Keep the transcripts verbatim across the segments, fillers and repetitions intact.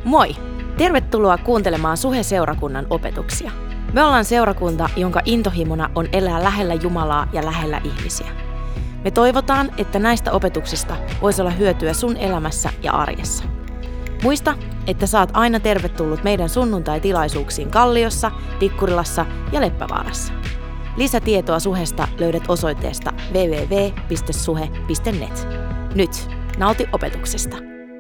Moi! Tervetuloa kuuntelemaan Suhe-seurakunnan opetuksia. Me ollaan seurakunta, jonka intohimona on elää lähellä Jumalaa ja lähellä ihmisiä. Me toivotaan, että näistä opetuksista voisi olla hyötyä sun elämässä ja arjessa. Muista, että saat aina tervetullut meidän sunnuntai-tilaisuuksiin Kalliossa, Tikkurilassa ja Leppävaarassa. Lisätietoa Suhesta löydät osoitteesta double-u double-u double-u piste suhe piste net. Nyt, nauti opetuksesta.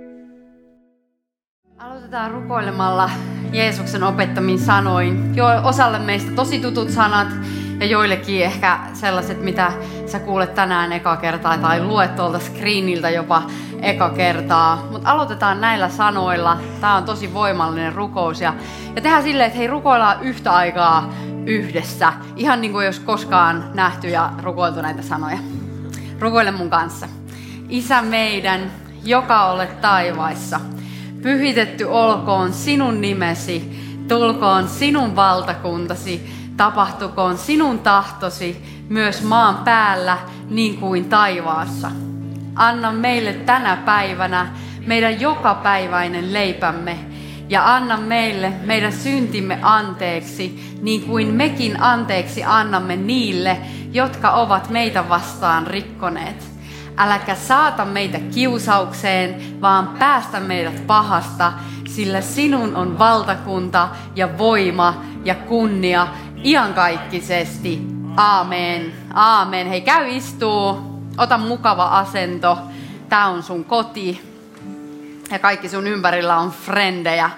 Aloitetaan rukoilemalla Jeesuksen opettamin sanoin. Jo osalle meistä tosi tutut sanat ja joillekin ehkä sellaiset, mitä sä kuulet tänään eka kertaa tai luet tuolta screeniltä jopa eka kertaa. Mutta aloitetaan näillä sanoilla. Tää on tosi voimallinen rukous ja, ja tehdään silleen, että hei, rukoillaan yhtä aikaa yhdessä. Ihan niin kuin jos koskaan nähty ja rukoiltu näitä sanoja. Rukoile mun kanssa. Isä meidän, joka olet taivaissa. Pyhitetty olkoon sinun nimesi, tulkoon sinun valtakuntasi, tapahtukoon sinun tahtosi myös maan päällä niin kuin taivaassa. Anna meille tänä päivänä meidän jokapäiväinen leipämme ja anna meille meidän syntimme anteeksi niin kuin mekin anteeksi annamme niille, jotka ovat meitä vastaan rikkoneet. Äläkä saata meitä kiusaukseen, vaan päästä meidät pahasta, sillä sinun on valtakunta ja voima ja kunnia iankaikkisesti. Aamen. Aamen. Hei, käy istuu. Ota mukava asento. Tää on sun koti. Ja kaikki sun ympärillä on frendejä.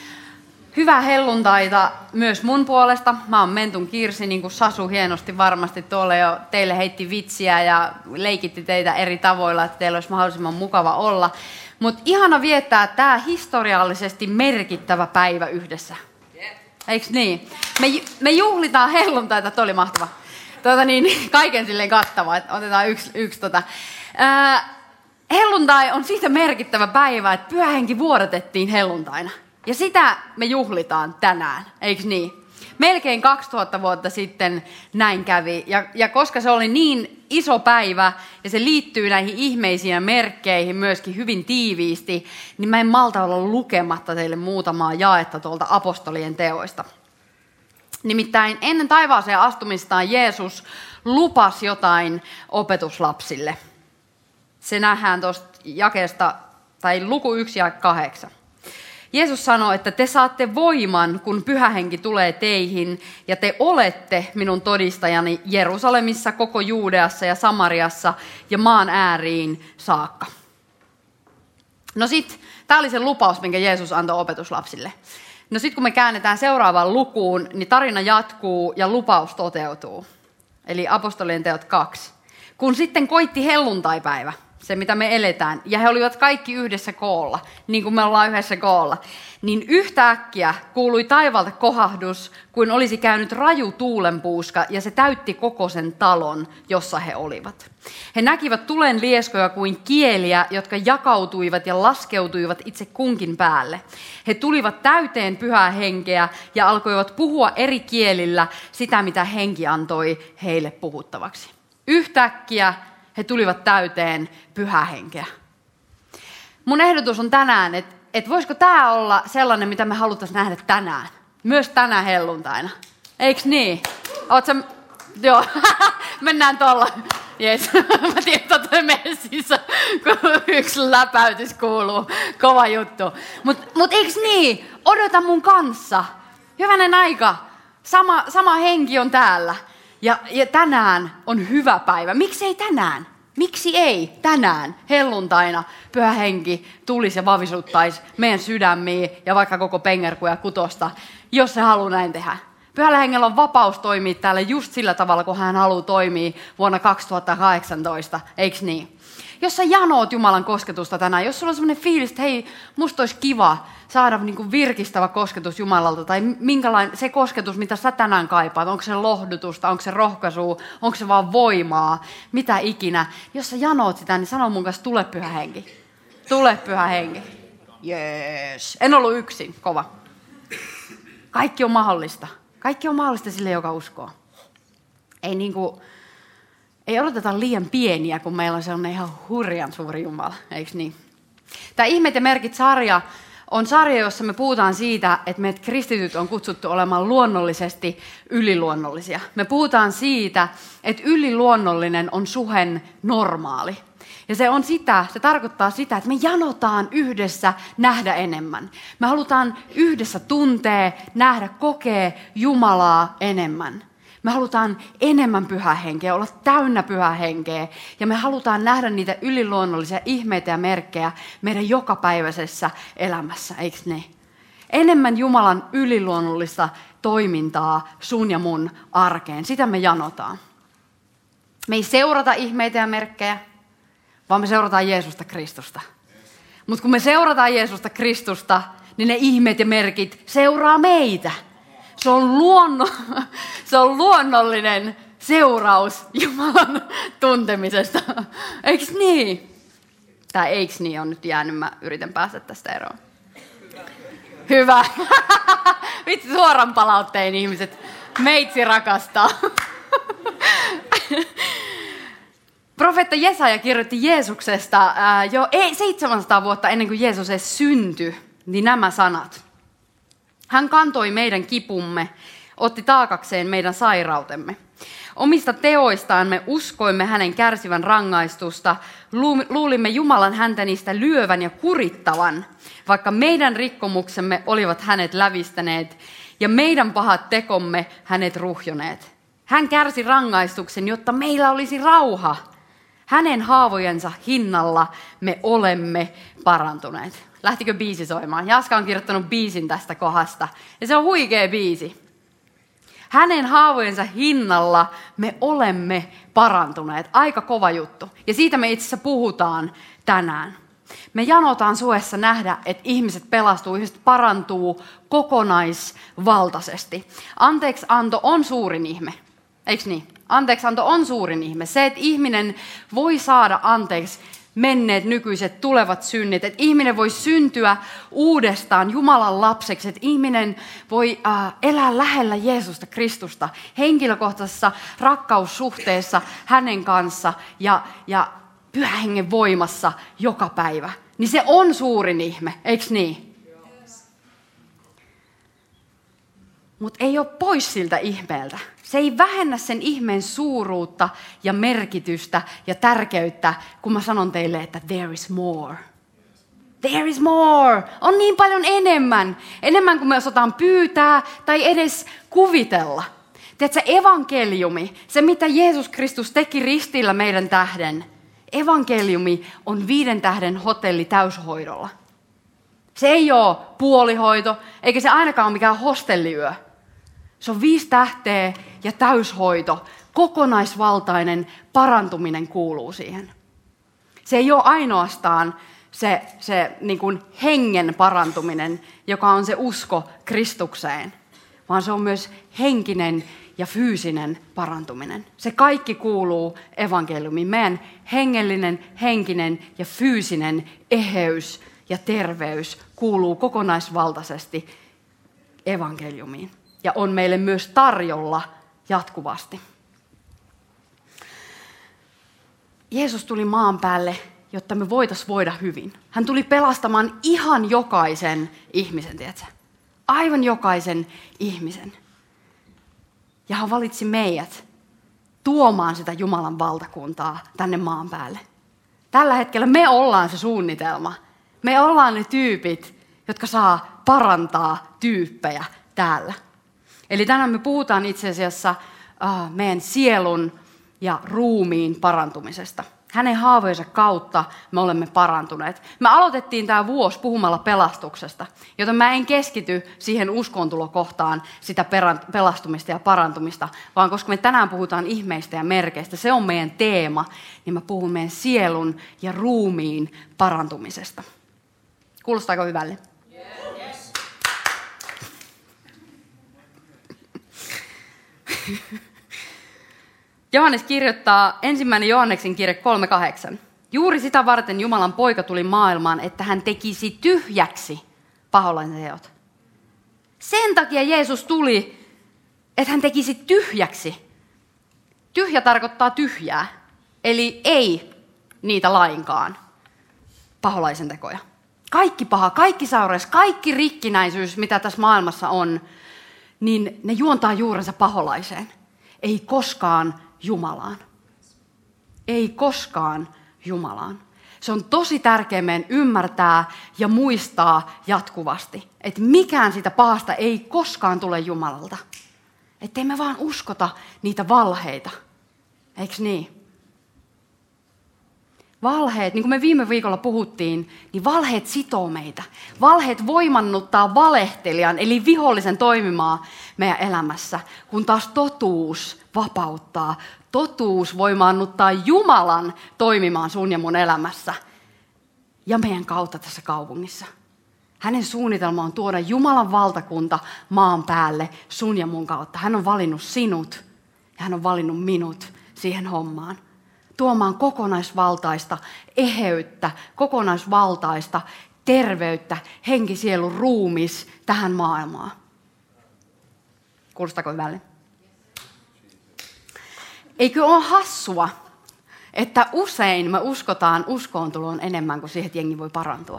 Hyvää helluntaita myös mun puolesta. Mä oon Mentun Kirsi, niin kuin Sasu hienosti varmasti tuolla jo teille heitti vitsiä ja leikitti teitä eri tavoilla, että teillä olisi mahdollisimman mukava olla. Mutta ihana viettää tää historiallisesti merkittävä päivä yhdessä. Eiks niin? Me, me juhlitaan helluntaita, toi oli mahtava. Tuota niin, kaiken silleen kattava, että otetaan yksi, yksi tota. Ää, helluntai on siitä merkittävä päivä, että Pyhä Henki vuodatettiin helluntaina. Ja sitä me juhlitaan tänään, eikö niin? Melkein kaksituhatta vuotta sitten näin kävi. Ja, ja koska se oli niin iso päivä ja se liittyy näihin ihmeisiin ja merkkeihin myöskin hyvin tiiviisti, niin mä en malta olla lukematta teille muutamaa jaetta tuolta apostolien teoista. Nimittäin ennen taivaaseen astumistaan Jeesus lupasi jotain opetuslapsille. Se nähdään tuosta jakeesta, tai luku yksi ja kahdeksan. Jeesus sanoi, että te saatte voiman, kun Pyhä Henki tulee teihin, ja te olette minun todistajani Jerusalemissa, koko Juudeassa ja Samariassa ja maan ääriin saakka. No sit, tää oli se lupaus, minkä Jeesus antoi opetuslapsille. No sit kun me käännetään seuraavaan lukuun, niin tarina jatkuu ja lupaus toteutuu. Eli apostolien teot kaksi. Kun sitten koitti helluntaipäivä, se mitä me eletään, ja he olivat kaikki yhdessä koolla, niin kuin me ollaan yhdessä koolla, niin yhtäkkiä kuului taivaalta kohahdus, kuin olisi käynyt raju tuulenpuuska, ja se täytti koko sen talon, jossa he olivat. He näkivät tulen lieskoja kuin kieliä, jotka jakautuivat ja laskeutuivat itse kunkin päälle. He tulivat täyteen Pyhää Henkeä ja alkoivat puhua eri kielillä sitä, mitä Henki antoi heille puhuttavaksi. Yhtäkkiä he tulivat täyteen Pyhää Henkeä. Mun ehdotus on tänään, että, että voisiko tämä olla sellainen, mitä me haluttaisiin nähdä tänään. Myös tänä helluntaina. Eiks niin? Oot sä... Joo, mennään tuolla. Jees, mä tiedän, että messissä, kun yksi läpäytys kuuluu. Kova juttu. Mut, mut eiks niin? Odota mun kanssa. Hyvänen aika. Sama, sama henki on täällä. Ja, ja tänään on hyvä päivä. Miksi ei tänään? Miksi ei tänään, helluntaina, Pyhä Henki tulisi ja vavisuttaisi meidän sydämiä ja vaikka koko pengerkuja ja kutosta, jos se haluaa näin tehdä. Pyhällä Hengellä on vapaus toimia täällä just sillä tavalla, kun hän haluaa toimia vuonna kaksituhattakahdeksantoista, eikö niin? Jos sä janoot Jumalan kosketusta tänään, jos sulla on sellainen fiilis, että hei, musta olisi kiva saada niin kuin virkistävä kosketus Jumalalta, tai minkälainen se kosketus, mitä sä tänään kaipaat, onko se lohdutusta, onko se rohkaisua, onko se vaan voimaa, mitä ikinä. Jos sä janoot sitä, niin sano mun kanssa, tule Pyhä Henki. Tule Pyhä Henki. Jees. En ollut yksin, kova. Kaikki on mahdollista. Kaikki on mahdollista sille, joka uskoo. Ei niinku... Ei odoteta liian pieniä, kun meillä on sellainen ihan hurjan suuri Jumala, eikö niin? Tämä Ihmeet ja merkit -sarja on sarja, jossa me puhutaan siitä, että meidät kristityt on kutsuttu olemaan luonnollisesti yliluonnollisia. Me puhutaan siitä, että yliluonnollinen on suhen normaali. Ja se on sitä, se tarkoittaa sitä, että me janotaan yhdessä nähdä enemmän. Me halutaan yhdessä tuntea, nähdä, kokea Jumalaa enemmän. Me halutaan enemmän pyhää henkeä, olla täynnä pyhää henkeä. Ja me halutaan nähdä niitä yliluonnollisia ihmeitä ja merkkejä meidän jokapäiväisessä elämässä, eikö ne? Enemmän Jumalan yliluonnollista toimintaa sun ja mun arkeen. Sitä me janotaan. Me ei seurata ihmeitä ja merkkejä, vaan me seurataan Jeesusta Kristusta. Mutta kun me seurataan Jeesusta Kristusta, niin ne ihmeet ja merkit seuraa meitä. Se on, luonno, se on luonnollinen seuraus Jumalan tuntemisesta. Eiks niin? Tai eiks niin on nyt jäänyt, mä yritän päästä tästä eroon. Hyvä. Vitsi, suoran palautteen ihmiset. Meitsi rakastaa. Profeetta Jesaja kirjoitti Jeesuksesta ää, jo seitsemänsataa vuotta ennen kuin Jeesus edes syntyi, niin nämä sanat. Hän kantoi meidän kipumme, otti taakakseen meidän sairautemme. Omista teoistaan me uskoimme hänen kärsivän rangaistusta, luulimme Jumalan häntä niistä lyövän ja kurittavan, vaikka meidän rikkomuksemme olivat hänet lävistäneet ja meidän pahat tekomme hänet ruhjoneet. Hän kärsi rangaistuksen, jotta meillä olisi rauha. Hänen haavojensa hinnalla me olemme parantuneet. Lähtikö biisi soimaan? Jaska on kirjoittanut biisin tästä kohdasta. Ja se on huikea biisi. Hänen haavojensa hinnalla me olemme parantuneet. Aika kova juttu. Ja siitä me itse asiassa puhutaan tänään. Me janotaan Suessa nähdä, että ihmiset pelastuu, ihmiset parantuu kokonaisvaltaisesti. Anteeksianto on suurin ihme. Eikö niin? Anteeksianto on suurin ihme. Se, että ihminen voi saada anteeksi menneet, nykyiset, tulevat synnit. Että ihminen voi syntyä uudestaan Jumalan lapseksi. Että ihminen voi äh, elää lähellä Jeesusta Kristusta henkilökohtaisessa rakkaussuhteessa hänen kanssa ja, ja Pyhän Hengen voimassa joka päivä. Niin se on suurin ihme, eikö niin? Mutta ei ole pois siltä ihmeeltä. Se ei vähennä sen ihmeen suuruutta ja merkitystä ja tärkeyttä, kun mä sanon teille, että there is more. There is more. On niin paljon enemmän. Enemmän kuin me osataan pyytää tai edes kuvitella. Tiedätkö, evankeliumi, se mitä Jeesus Kristus teki ristillä meidän tähden, evankeliumi on viiden tähden hotelli täyshoidolla. Se ei ole puolihoito, eikä se ainakaan ole mikään hostelliyö. Se on viisi tähteä ja täyshoito. Kokonaisvaltainen parantuminen kuuluu siihen. Se ei ole ainoastaan se, se niin kuin hengen parantuminen, joka on se usko Kristukseen, vaan se on myös henkinen ja fyysinen parantuminen. Se kaikki kuuluu evankeliumiin. Meidän hengellinen, henkinen ja fyysinen eheys ja terveys kuuluu kokonaisvaltaisesti evankeliumiin. Ja on meille myös tarjolla jatkuvasti. Jeesus tuli maan päälle, jotta me voitaisiin voida hyvin. Hän tuli pelastamaan ihan jokaisen ihmisen, tiedätkö? Aivan jokaisen ihmisen. Ja hän valitsi meidät tuomaan sitä Jumalan valtakuntaa tänne maan päälle. Tällä hetkellä me ollaan se suunnitelma. Me ollaan ne tyypit, jotka saa parantaa tyyppejä täällä. Eli tänään me puhutaan itse asiassa uh, meidän sielun ja ruumiin parantumisesta. Hänen haavojensa kautta me olemme parantuneet. Me aloitettiin tämä vuosi puhumalla pelastuksesta, joten mä en keskity siihen uskontulokohtaan sitä pelastumista ja parantumista, vaan koska me tänään puhutaan ihmeistä ja merkeistä, se on meidän teema, niin mä puhun meidän sielun ja ruumiin parantumisesta. Kuulostaako hyvälle? Yes. Johannes kirjoittaa ensimmäinen Johanneksen kirje kolme kahdeksan. Juuri sitä varten Jumalan poika tuli maailmaan, että hän tekisi tyhjäksi paholaisen teot. Sen takia Jeesus tuli, että hän tekisi tyhjäksi. Tyhjä tarkoittaa tyhjää, eli ei niitä lainkaan, paholaisen tekoja. kaikki paha, kaikki saureus, kaikki rikkinäisyys, mitä tässä maailmassa on, niin ne juontaa juurensa paholaiseen. Ei koskaan Jumalaan. Ei koskaan Jumalaan. Se on tosi tärkeää meidän ymmärtää ja muistaa jatkuvasti, että mikään siitä pahasta ei koskaan tule Jumalalta. Että me vaan uskota niitä valheita. Eikö niin? Valheet, niin kuin me viime viikolla puhuttiin, niin valheet sitoo meitä. Valheet voimannuttaa valehtelijan, eli vihollisen toimimaan meidän elämässä, kun taas totuus vapauttaa. Totuus voimannuttaa Jumalan toimimaan sun ja mun elämässä ja meidän kautta tässä kaupungissa. Hänen suunnitelma on tuoda Jumalan valtakunta maan päälle sun ja mun kautta. Hän on valinnut sinut ja hän on valinnut minut siihen hommaan. Tuomaan kokonaisvaltaista eheyttä, kokonaisvaltaista terveyttä, henki, sielu, ruumis tähän maailmaan. Kuulostaako väliin? Eikö ole hassua, että usein me uskotaan uskoontuloon enemmän kuin siihen, että jengi voi parantua?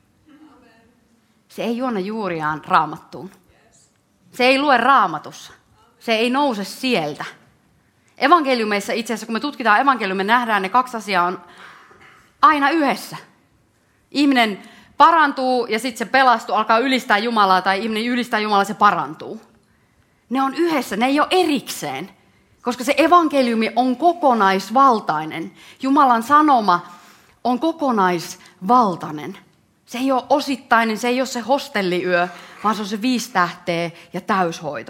Se ei juona juuriaan Raamattuun. Se ei lue Raamatussa. Se ei nouse sieltä. Evankeliumeissa itse asiassa, kun me tutkitaan evankeliumia, me nähdään ne kaksi asiaa on aina yhdessä. Ihminen parantuu ja sitten se pelastuu, alkaa ylistää Jumalaa, tai ihminen ylistää Jumalaa, se parantuu. Ne on yhdessä, ne ei ole erikseen, koska se evankeliumi on kokonaisvaltainen. Jumalan sanoma on kokonaisvaltainen. Se ei ole osittainen, se ei ole se hostelliyö, vaan se on se viisi tähteä ja täyshoito.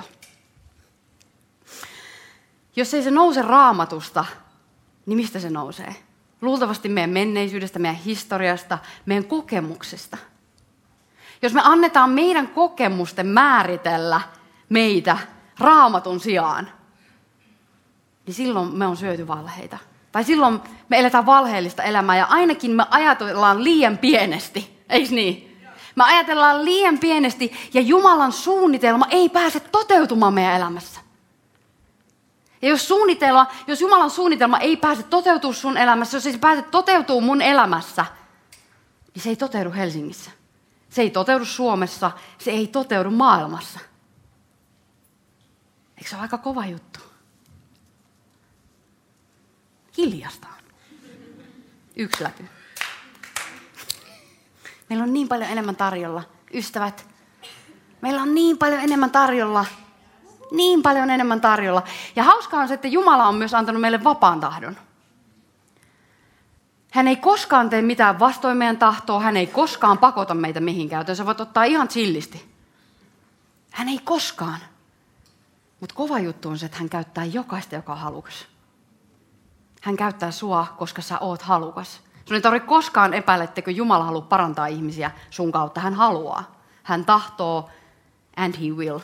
Jos ei se nouse Raamatusta, niin mistä se nousee? Luultavasti meidän menneisyydestä, meidän historiasta, meidän kokemuksesta. Jos me annetaan meidän kokemusten määritellä meitä Raamatun sijaan, niin silloin me on syöty valheita. Tai silloin me eletään valheellista elämää ja ainakin me ajatellaan liian pienesti, eikö niin? Me ajatellaan liian pienesti ja Jumalan suunnitelma ei pääse toteutumaan meidän elämässä. Ja jos, suunnitelma, jos Jumalan suunnitelma ei pääse toteutumaan sun elämässä, jos ei se pääse toteutumaan mun elämässä, niin se ei toteudu Helsingissä. Se ei toteudu Suomessa, se ei toteudu maailmassa. Eikö se ole aika kova juttu? Hiljasta. Yksi läpy. Meillä on niin paljon enemmän tarjolla, ystävät. Meillä on niin paljon enemmän tarjolla. Niin paljon enemmän tarjolla. Ja hauskaa on se, että Jumala on myös antanut meille vapaan tahdon. Hän ei koskaan tee mitään vastoin meidän tahtoa. Hän ei koskaan pakota meitä mihinkään, joten sä voit ottaa ihan chillisti. Hän ei koskaan. Mutta kova juttu on se, että hän käyttää jokaista, joka on halukas. Hän käyttää sua, koska sä oot halukas. Sun ei tarvitse koskaan epäillä, etteikö Jumala halua parantaa ihmisiä sun kautta. Hän haluaa. Hän tahtoo and he will.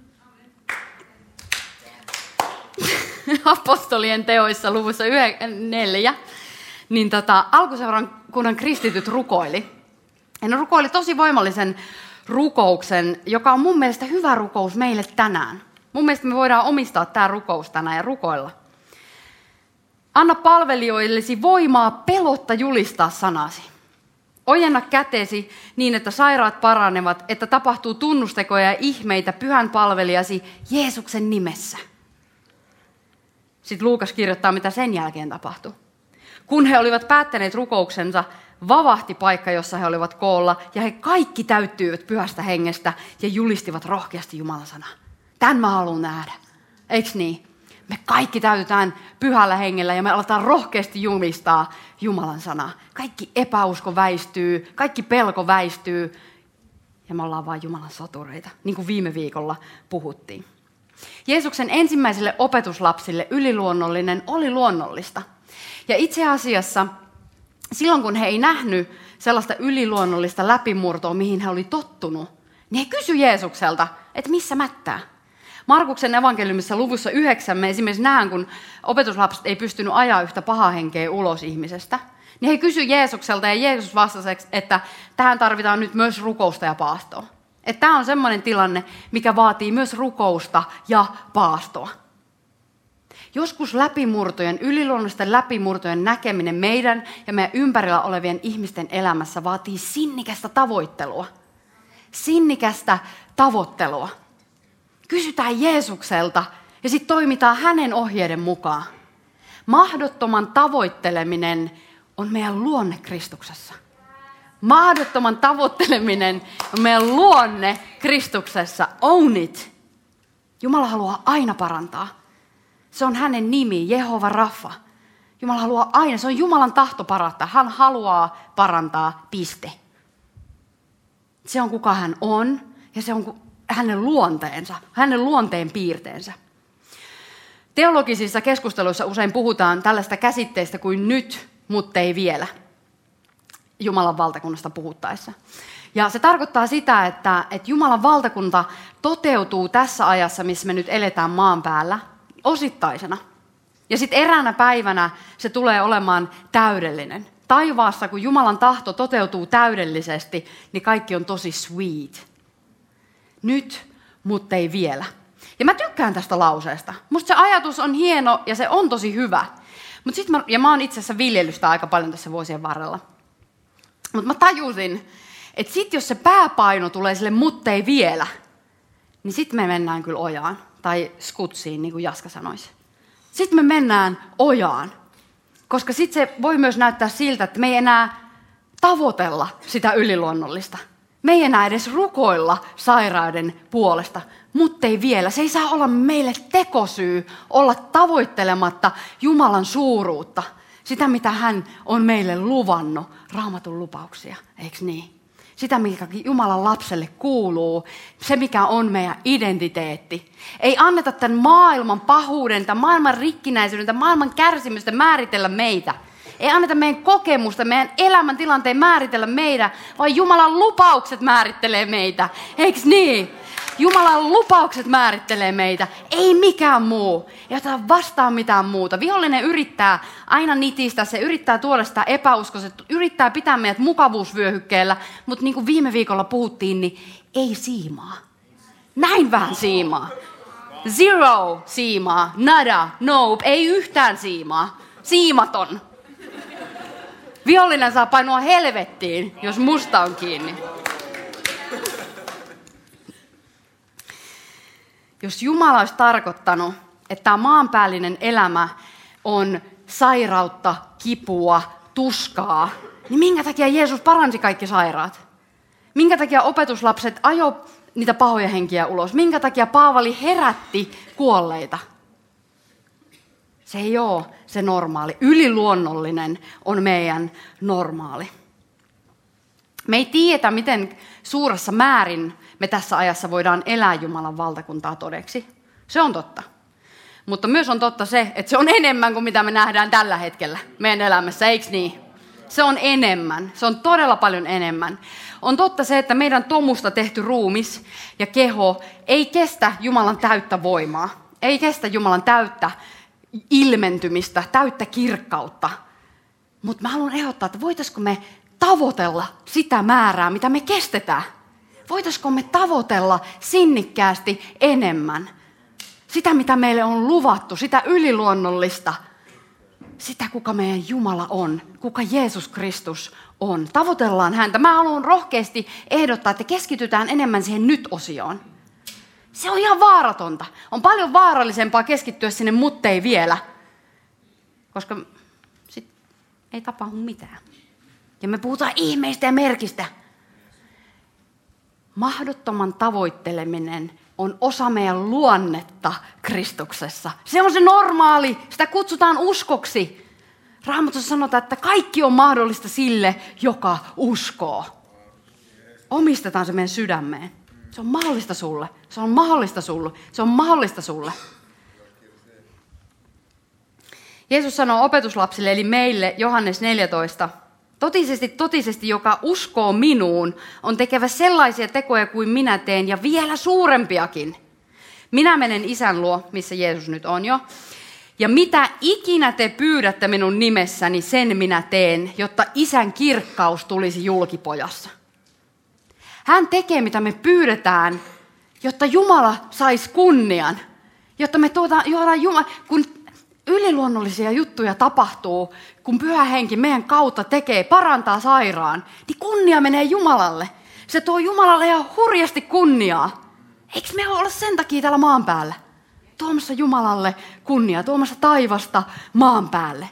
Apostolien teoissa luvussa neljä, niin tota, alkuseurakunnan kristityt rukoili. Ja ne rukoili tosi voimallisen rukouksen, joka on mun mielestä hyvä rukous meille tänään. Mun mielestä me voidaan omistaa tämä rukous tänään ja rukoilla. Anna palvelijoillesi voimaa pelotta julistaa sanasi. Ojenna kätesi niin, että sairaat paranevat, että tapahtuu tunnustekoja ja ihmeitä pyhän palvelijasi Jeesuksen nimessä. Sitten Luukas kirjoittaa, mitä sen jälkeen tapahtui. Kun he olivat päättäneet rukouksensa, vavahti paikka, jossa he olivat koolla, ja he kaikki täyttyivät pyhästä hengestä ja julistivat rohkeasti Jumalan sanaa. Tän mä haluan nähdä. Eiks niin? Me kaikki täytetään pyhällä hengellä ja me aletaan rohkeasti julistaa Jumalan sanaa. Kaikki epäusko väistyy, kaikki pelko väistyy ja me ollaan vaan Jumalan sotureita, niin kuin viime viikolla puhuttiin. Jeesuksen ensimmäisille opetuslapsille yliluonnollinen oli luonnollista. Ja itse asiassa silloin, kun he ei nähnyt sellaista yliluonnollista läpimurtoa, mihin he oli tottunut, niin he kysyi Jeesukselta, että missä mättää? Markuksen evankeliumissa luvussa yhdeksän me esimerkiksi nähdään, kun opetuslapset ei pystynyt ajaa yhtä pahaa henkeä ulos ihmisestä, niin he kysyivät Jeesukselta ja Jeesus vastasi, että tähän tarvitaan nyt myös rukousta ja paastoa. Että tämä on semmoinen tilanne, mikä vaatii myös rukousta ja paastoa. Joskus läpimurtojen, yliluonnollisten läpimurtojen näkeminen meidän ja meidän ympärillä olevien ihmisten elämässä vaatii sinnikästä tavoittelua. Sinnikästä tavoittelua. Kysytään Jeesukselta ja sitten toimitaan hänen ohjeiden mukaan. Mahdottoman tavoitteleminen on meidän luonne Kristuksessa. Mahdottoman tavoitteleminen on meidän luonne Kristuksessa. Own it. Jumala haluaa aina parantaa. Se on hänen nimi, Jehova Rafa. Jumala haluaa aina, se on Jumalan tahto parantaa. Hän haluaa parantaa, piste. Se on kuka hän on ja se on hänen luonteensa, hänen luonteen piirteensä. Teologisissa keskusteluissa usein puhutaan tällaista käsitteestä kuin nyt, mutta ei vielä. Jumalan valtakunnasta puhuttaessa. Ja se tarkoittaa sitä, että, että Jumalan valtakunta toteutuu tässä ajassa, missä me nyt eletään maan päällä, osittaisena. Ja sitten eräänä päivänä se tulee olemaan täydellinen. Taivaassa, kun Jumalan tahto toteutuu täydellisesti, niin kaikki on tosi sweet. Nyt, mutta ei vielä. Ja mä tykkään tästä lauseesta. Musta se ajatus on hieno ja se on tosi hyvä. Mut sit mä, ja mä oon itse asiassa viljellyt sitä aika paljon tässä vuosien varrella. Mutta mä tajusin, että sit jos se pääpaino tulee sille mutta ei vielä, niin sit me mennään kyllä ojaan. Tai skutsiin, niin kuin Jaska sanoisi. Sitten me mennään ojaan. Koska sitten se voi myös näyttää siltä, että me ei enää tavoitella sitä yliluonnollista. Me ei enää edes rukoilla sairauden puolesta, mutta ei vielä. Se ei saa olla meille tekosyy olla tavoittelematta Jumalan suuruutta. Sitä, mitä hän on meille luvannut, Raamatun lupauksia, eikö niin? Sitä, mikä Jumalan lapselle kuuluu, se mikä on meidän identiteetti. Ei anneta tämän maailman pahuuden, tämän maailman rikkinäisyyden, tämän maailman kärsimystä määritellä meitä. Ei anneta meidän kokemusta, meidän elämäntilanteen määritellä meitä, vaan Jumalan lupaukset määrittelee meitä. Eikö niin? Jumalan lupaukset määrittelee meitä, ei mikään muu. Ei oteta vastaan mitään muuta. Vihollinen yrittää aina nitistä, se yrittää tuoda sitä epäuskoista, yrittää pitää meidät mukavuusvyöhykkeellä, mutta niin kuin viime viikolla puhuttiin, niin ei siimaa. Näin vähän siimaa. Zero siimaa, nada, nope, ei yhtään siimaa. Siimaton. Vihollinen saa painua helvettiin, jos musta on kiinni. Jos Jumala olisi tarkoittanut, että tämä maanpäällinen elämä on sairautta, kipua, tuskaa, niin minkä takia Jeesus paransi kaikki sairaat? Minkä takia opetuslapset ajo niitä pahoja henkiä ulos? Minkä takia Paavali herätti kuolleita? Se ei ole se normaali. Yliluonnollinen on meidän normaali. Me ei tiedetä, miten suuressa määrin me tässä ajassa voidaan elää Jumalan valtakuntaa todeksi. Se on totta. Mutta myös on totta se, että se on enemmän kuin mitä me nähdään tällä hetkellä meidän elämässä, eikö niin? Se on enemmän. Se on todella paljon enemmän. On totta se, että meidän tomusta tehty ruumis ja keho ei kestä Jumalan täyttä voimaa. Ei kestä Jumalan täyttä ilmentymistä, täyttä kirkkautta. Mutta mä haluan ehdottaa, että voitaisiko me tavoitella sitä määrää, mitä me kestetään. Voitaisiko me tavoitella sinnikkäästi enemmän? Sitä, mitä meille on luvattu, sitä yliluonnollista, sitä, kuka meidän Jumala on, kuka Jeesus Kristus on. Tavoitellaan häntä. Mä haluan rohkeasti ehdottaa, että keskitytään enemmän siihen nyt-osioon. Se on ihan vaaratonta. On paljon vaarallisempaa keskittyä sinne muttei vielä, koska sit ei tapahdu mitään. Ja me puhutaan ihmeistä ja merkistä. Mahdottoman tavoitteleminen on osa meidän luonnetta Kristuksessa. Se on se normaali. Sitä kutsutaan uskoksi. Raamatussa sanotaan, että kaikki on mahdollista sille, joka uskoo. Omistetaan se meidän sydämeen. Se on mahdollista sulle. Se on mahdollista sulle. Se on mahdollista sulle. Jeesus sanoo opetuslapsille, eli meille, Johannes neljätoista, totisesti, totisesti, joka uskoo minuun, on tekevä sellaisia tekoja kuin minä teen, ja vielä suurempiakin. Minä menen Isän luo, missä Jeesus nyt on jo, ja mitä ikinä te pyydätte minun nimessäni, sen minä teen, jotta Isän kirkkaus tulisi julkipojassa. Hän tekee, mitä me pyydetään, jotta Jumala saisi kunnian. Jotta me tuota, Jumala, kun yliluonnollisia juttuja tapahtuu, kun Pyhä Henki meidän kautta tekee, parantaa sairaan, niin kunnia menee Jumalalle. Se tuo Jumalalle ihan hurjasti kunniaa. Eikö me olla sen takia täällä maan päällä? Tuomassa Jumalalle kunniaa, tuomassa taivasta maan päälle.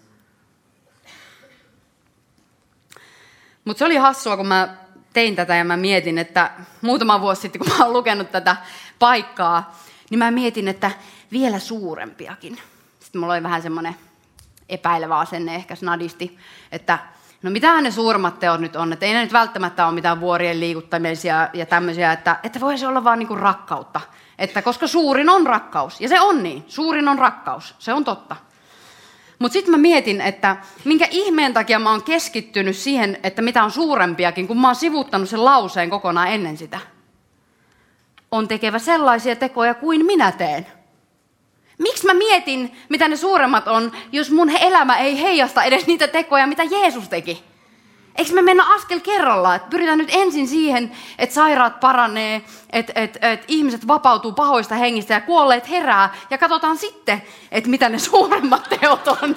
Mutta se oli hassua, kun mä tein tätä ja mä mietin, että muutama vuosi sitten, kun mä oon lukenut tätä paikkaa, niin mä mietin, että vielä suurempiakin. Sitten mulla oli vähän semmoinen epäilevä asenne ehkä snadisti, että no mitähän ne suuremmat teot nyt on, että ei ne nyt välttämättä ole mitään vuorien liikuttamisia ja tämmöisiä, että, että voisi olla vaan niinku rakkautta. Että koska suurin on rakkaus, ja se on niin, suurin on rakkaus, se on totta. Mutta sitten mä mietin, että minkä ihmeen takia mä oon keskittynyt siihen, että mitä on suurempiakin, kun mä oon sivuttanut sen lauseen kokonaan ennen sitä. On tekevä sellaisia tekoja kuin minä teen. Miksi mä mietin, mitä ne suuremmat on, jos mun elämä ei heijasta edes niitä tekoja, mitä Jeesus teki? Eikö me mennä askel kerrallaan? Että pyritään nyt ensin siihen, että sairaat paranee, että, että, että ihmiset vapautuu pahoista hengistä ja kuolleet herää. Ja katsotaan sitten, että mitä ne suuremmat teot on.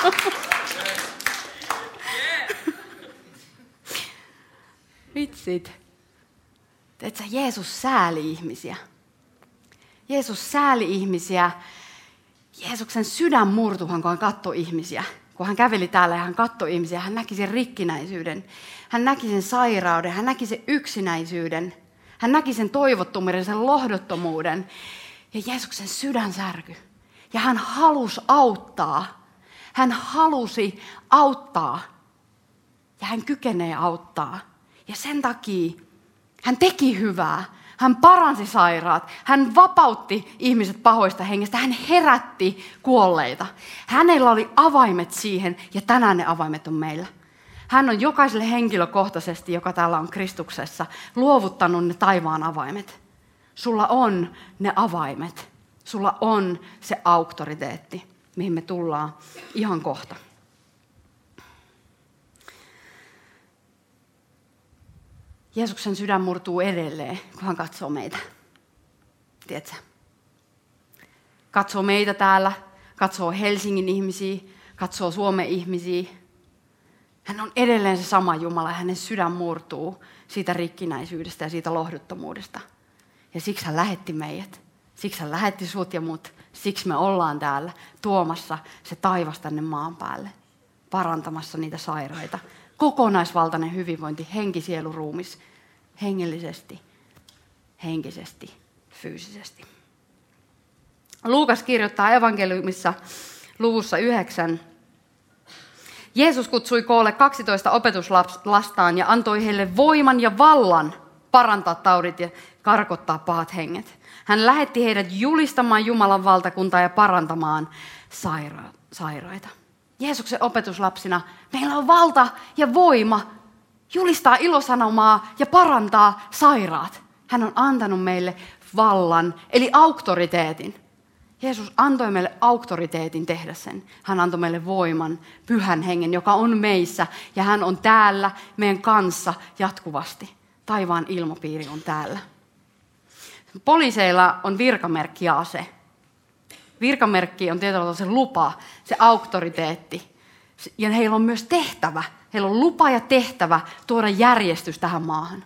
Vitsit. Teetkö, Jeesus sääli ihmisiä. Jeesus sääli ihmisiä. Jeesuksen sydän murtuhan, kun hän katsoi ihmisiä. Kun hän käveli täällä ja hän katsoi ihmisiä, hän näki sen rikkinäisyyden. Hän näki sen sairauden, hän näki sen yksinäisyyden. Hän näki sen toivottomuuden, sen lohdottomuuden. Ja Jeesuksen sydän särkyi. Ja hän halusi auttaa. Hän halusi auttaa. Ja hän kykenee auttaa. Ja sen takia hän teki hyvää. Hän paransi sairaat, hän vapautti ihmiset pahoista hengestä, hän herätti kuolleita. Hänellä oli avaimet siihen ja tänään ne avaimet on meillä. Hän on jokaiselle henkilökohtaisesti, joka täällä on Kristuksessa, luovuttanut ne taivaan avaimet. Sulla on ne avaimet, sulla on se auktoriteetti, mihin me tullaan ihan kohta. Jeesuksen sydän murtuu edelleen, kun hän katsoo meitä. Tiedätkö? Katsoo meitä täällä, katsoo Helsingin ihmisiä, katsoo Suomen ihmisiä. Hän on edelleen se sama Jumala ja hänen sydän murtuu siitä rikkinäisyydestä ja siitä lohduttomuudesta. Ja siksi hän lähetti meidät. Siksi hän lähetti sut ja mut. Siksi me ollaan täällä tuomassa se taivas tänne maan päälle. Parantamassa niitä sairaita. Kokonaisvaltainen hyvinvointi, henki, sielu, ruumis, hengellisesti, henkisesti, fyysisesti. Luukas kirjoittaa evankeliumissa luvussa yhdeksän. Jeesus kutsui koolle kaksitoista opetuslastaan ja antoi heille voiman ja vallan parantaa taudit ja karkottaa pahat henget. Hän lähetti heidät julistamaan Jumalan valtakuntaa ja parantamaan saira- sairaita. Jeesuksen opetuslapsina meillä on valta ja voima julistaa ilosanomaa ja parantaa sairaat. Hän on antanut meille vallan, eli auktoriteetin. Jeesus antoi meille auktoriteetin tehdä sen. Hän antoi meille voiman, pyhän hengen, joka on meissä. Ja hän on täällä meidän kanssa jatkuvasti. Taivaan ilmapiiri on täällä. Poliiseilla on virkamerkki ja ase. Virkamerkki on tietyllä tavalla se lupa, se auktoriteetti. Ja heillä on myös tehtävä. Heillä on lupa ja tehtävä tuoda järjestys tähän maahan.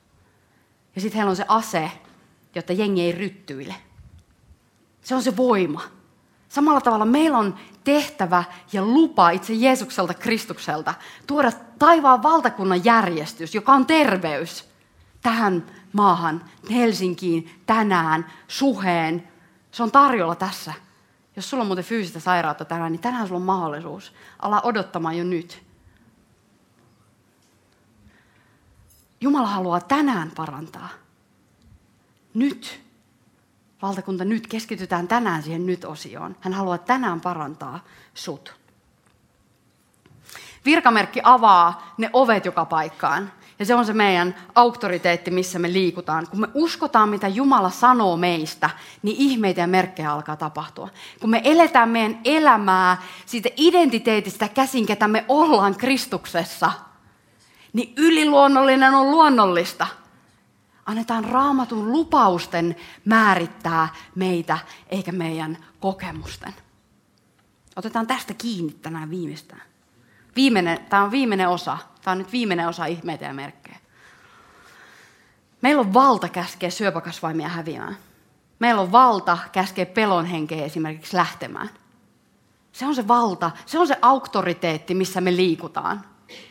Ja sitten heillä on se ase, jotta jengi ei ryttyile. Se on se voima. Samalla tavalla meillä on tehtävä ja lupa itse Jeesukselta, Kristukselta, tuoda taivaan valtakunnan järjestys, joka on terveys, tähän maahan, Helsinkiin, tänään, Suheen. Se on tarjolla tässä. Jos sulla on muuten fyysistä sairautta tänään, niin tänään sulla on mahdollisuus. Ala odottamaan jo nyt. Jumala haluaa tänään parantaa. Nyt. Valtakunta nyt. Keskitytään tänään siihen nyt-osioon. Hän haluaa tänään parantaa sut. Virkamerkki avaa ne ovet joka paikkaan. Ja se on se meidän auktoriteetti, missä me liikutaan. Kun me uskotaan, mitä Jumala sanoo meistä, niin ihmeitä ja merkkejä alkaa tapahtua. Kun me eletään meidän elämää siitä identiteetistä käsin, ketä me ollaan Kristuksessa, niin yliluonnollinen on luonnollista. Annetaan Raamatun lupausten määrittää meitä, eikä meidän kokemusten. Otetaan tästä kiinni tänään viimeistään. Viimeinen, tämä on viimeinen osa. Tämä on nyt viimeinen osa ihmeitä ja merkkejä. Meillä on valta käskeä syöpäkasvaimia häviämään. Meillä on valta käskeä pelon henkeä esimerkiksi lähtemään. Se on se valta, se on se auktoriteetti, missä me liikutaan.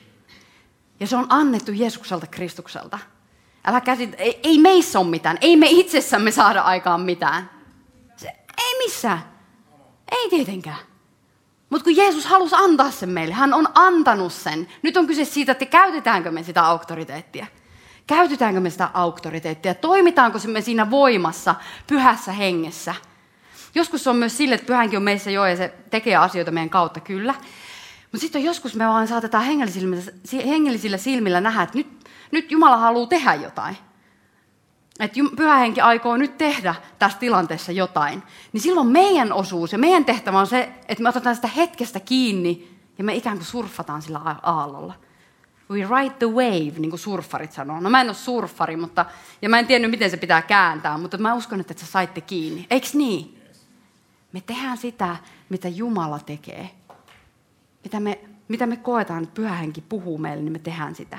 Ja se on annettu Jeesukselta Kristukselta. Älä käsit, ei, ei meissä ole mitään, ei me itsessämme saada aikaan mitään. Se, ei missään, ei tietenkään. Mutta kun Jeesus halusi antaa sen meille, hän on antanut sen. Nyt on kyse siitä, että käytetäänkö me sitä auktoriteettia. Käytetäänkö me sitä auktoriteettia? Toimitaanko me siinä voimassa, pyhässä hengessä? Joskus on myös sille, että pyhä henki on meissä jo ja se tekee asioita meidän kautta, kyllä. Mutta sitten joskus me vaan saatetaan hengellisillä, hengellisillä silmillä nähdä, että nyt, nyt Jumala haluaa tehdä jotain. Että pyhä henki aikoo nyt tehdä tässä tilanteessa jotain. Niin silloin meidän osuus ja meidän tehtävä on se, että me otetaan sitä hetkestä kiinni ja me ikään kuin surffataan sillä aallolla. We ride the wave, niin kuin surffarit sanoo. No mä en ole surffari, mutta, ja mä en tiennyt, miten se pitää kääntää, mutta mä uskon, että sä saitte kiinni. Eiks niin? Me tehdään sitä, mitä Jumala tekee. Mitä me, mitä me koetaan, että pyhä henki puhuu meille, niin me tehdään sitä.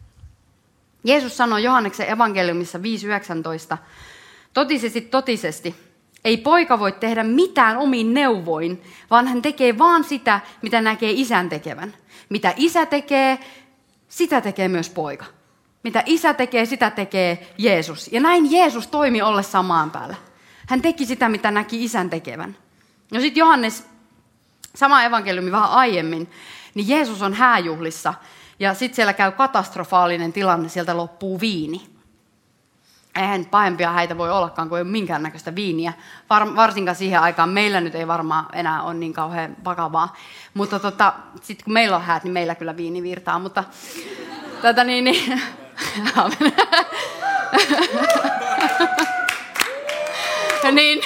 Jeesus sanoi Johanneksen evankeliumissa viisi yhdeksäntoista, totisesti, totisesti, ei poika voi tehdä mitään omiin neuvoin, vaan hän tekee vaan sitä, mitä näkee isän tekevän. Mitä isä tekee, sitä tekee myös poika. Mitä isä tekee, sitä tekee Jeesus. Ja näin Jeesus toimi ollessaan maan päällä. Hän teki sitä, mitä näki isän tekevän. No sitten Johannes, sama evankeliumi vähän aiemmin, niin Jeesus on hääjuhlissa. Ja sitten siellä käy katastrofaalinen tilanne, sieltä loppuu viini. Eihän pahempia häitä voi ollakaan, kun ei ole minkäännäköistä viiniä. Var, varsinkaan siihen aikaan meillä nyt ei varmaan enää ole niin kauhean vakavaa. Mutta tota, sitten kun meillä on häät, niin meillä kyllä viini virtaa. Mutta tota niin, niin niin,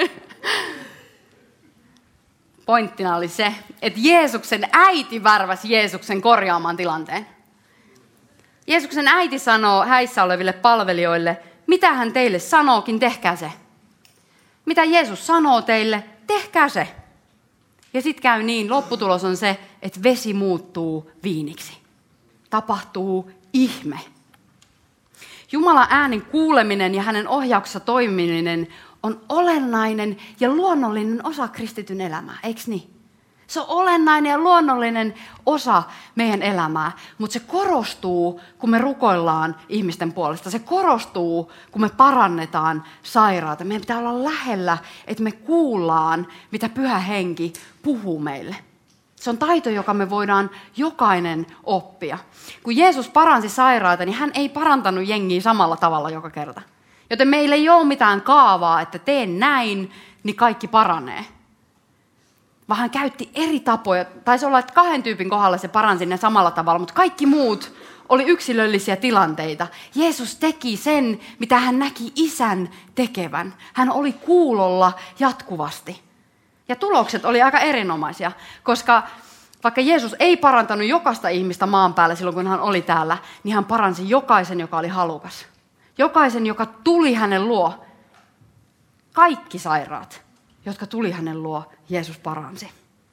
pointtina oli se, että Jeesuksen äiti värväsi Jeesuksen korjaamaan tilanteen. Jeesuksen äiti sanoo häissä oleville palvelijoille, mitä hän teille sanookin, tehkää se. Mitä Jeesus sanoo teille, tehkää se. Ja sitten käy niin, lopputulos on se, että vesi muuttuu viiniksi. Tapahtuu ihme. Jumalan äänen kuuleminen ja hänen ohjauksessa toimiminen on olennainen ja luonnollinen osa kristityn elämää, eikö niin? Se on olennainen ja luonnollinen osa meidän elämää, mutta se korostuu, kun me rukoillaan ihmisten puolesta. Se korostuu, kun me parannetaan sairaata. Meidän pitää olla lähellä, että me kuullaan, mitä Pyhä Henki puhuu meille. Se on taito, joka me voidaan jokainen oppia. Kun Jeesus paransi sairaata, niin hän ei parantanut jengiä samalla tavalla joka kerta. Joten meillä ei ole mitään kaavaa, että teen näin, niin kaikki paranee. Vaan hän käytti eri tapoja. Taisi olla, että kahden tyypin kohdalla se paransi ne samalla tavalla, mutta kaikki muut oli yksilöllisiä tilanteita. Jeesus teki sen, mitä hän näki isän tekevän. Hän oli kuulolla jatkuvasti. Ja tulokset oli aika erinomaisia, koska vaikka Jeesus ei parantanut jokaista ihmistä maan päällä silloin, kun hän oli täällä, niin hän paransi jokaisen, joka oli halukas. Jokaisen, joka tuli hänen luo. Kaikki sairaat, jotka tuli hänen luo, Jeesus paransi.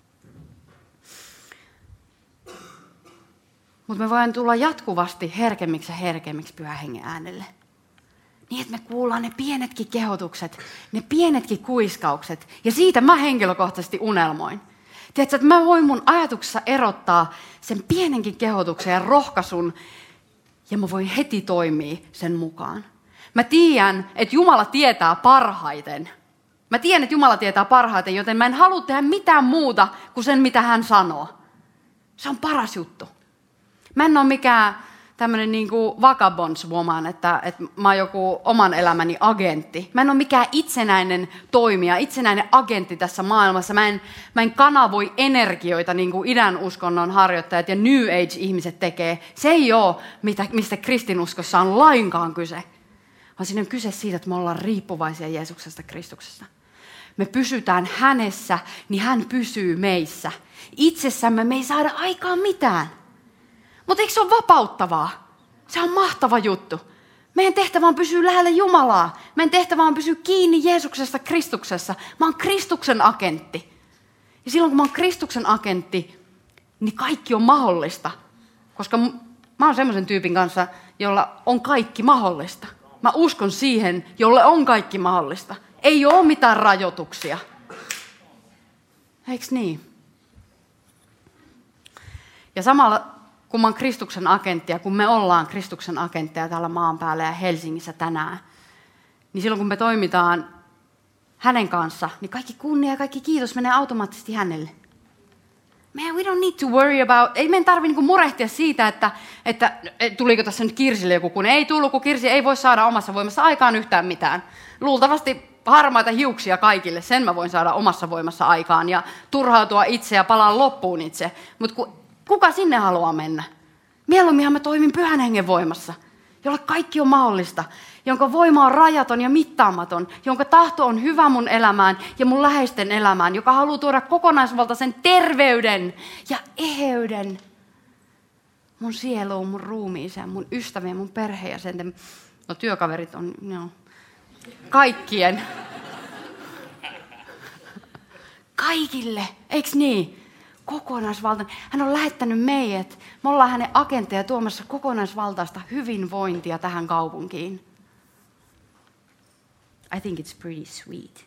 Mutta me voidaan tulla jatkuvasti herkemmiksi ja herkemmiksi Pyhän Hengen äänelle. Niin, että me kuullaan ne pienetkin kehotukset, ne pienetkin kuiskaukset. Ja siitä mä henkilökohtaisesti unelmoin. Tiedätkö, että mä voin mun ajatuksessa erottaa sen pienenkin kehotuksen ja rohkaisun, ja mä voin heti toimia sen mukaan. Mä tiedän, että Jumala tietää parhaiten. Mä tiedän, että Jumala tietää parhaiten, joten mä en halua tehdä mitään muuta kuin sen, mitä hän sanoo. Se on paras juttu. Mä en ole mikään tämmöinen niin kuin vagabondswoman, että, että mä oon joku oman elämäni agentti. Mä en ole mikään itsenäinen toimija, itsenäinen agentti tässä maailmassa. Mä en, mä en kanavoi energioita niin kuin idän uskonnon harjoittajat ja New Age-ihmiset tekee. Se ei ole, mitä, mistä kristinuskossa on lainkaan kyse. Vaan siinä on kyse siitä, että me ollaan riippuvaisia Jeesuksesta Kristuksesta. Me pysytään hänessä, niin hän pysyy meissä. Itsessämme me ei saada aikaan mitään. Mutta eikö se ole vapauttavaa? Se on mahtava juttu. Meidän tehtävä on pysyä lähellä Jumalaa. Meidän tehtävä on pysyä kiinni Jeesuksesta Kristuksessa. Mä oon Kristuksen agentti. Ja silloin kun mä oon Kristuksen agentti, niin kaikki on mahdollista. Koska mä oon semmoisen tyypin kanssa, jolla on kaikki mahdollista. Mä uskon siihen, jolle on kaikki mahdollista. Ei ole mitään rajoituksia. Eiks niin? Ja samalla kun mä oon Kristuksen agentti ja kun me ollaan Kristuksen agentteja täällä maan päällä ja Helsingissä tänään, niin silloin kun me toimitaan hänen kanssa, niin kaikki kunnia ja kaikki kiitos menee automaattisesti hänelle. Man, we don't need to worry about, ei meidän tarvitse niinku murehtia siitä, että, että tuliko tässä nyt Kirsille joku, kun ei tullut, kun Kirsi ei voi saada omassa voimassa aikaan yhtään mitään. Luultavasti harmaita hiuksia kaikille, sen mä voin saada omassa voimassa aikaan ja turhautua itse ja palaa loppuun itse. Mutta kuka sinne haluaa mennä? Mieluumminhan mä toimin Pyhän Hengen voimassa, jolle kaikki on mahdollista, jonka voima on rajaton ja mittaamaton, jonka tahto on hyvä mun elämään ja mun läheisten elämään, joka haluaa tuoda kokonaisvaltaisen terveyden ja eheyden mun sieluun, mun ruumiiseen, mun ystävien, mun perheenjäsenten, no työkaverit on, no, kaikkien. Kaikille, eiks niin? Kokonaisvaltainen. Hän on lähettänyt meidät. Me ollaan hänen agentteja tuomassa kokonaisvaltaista hyvinvointia tähän kaupunkiin. I think it's pretty sweet.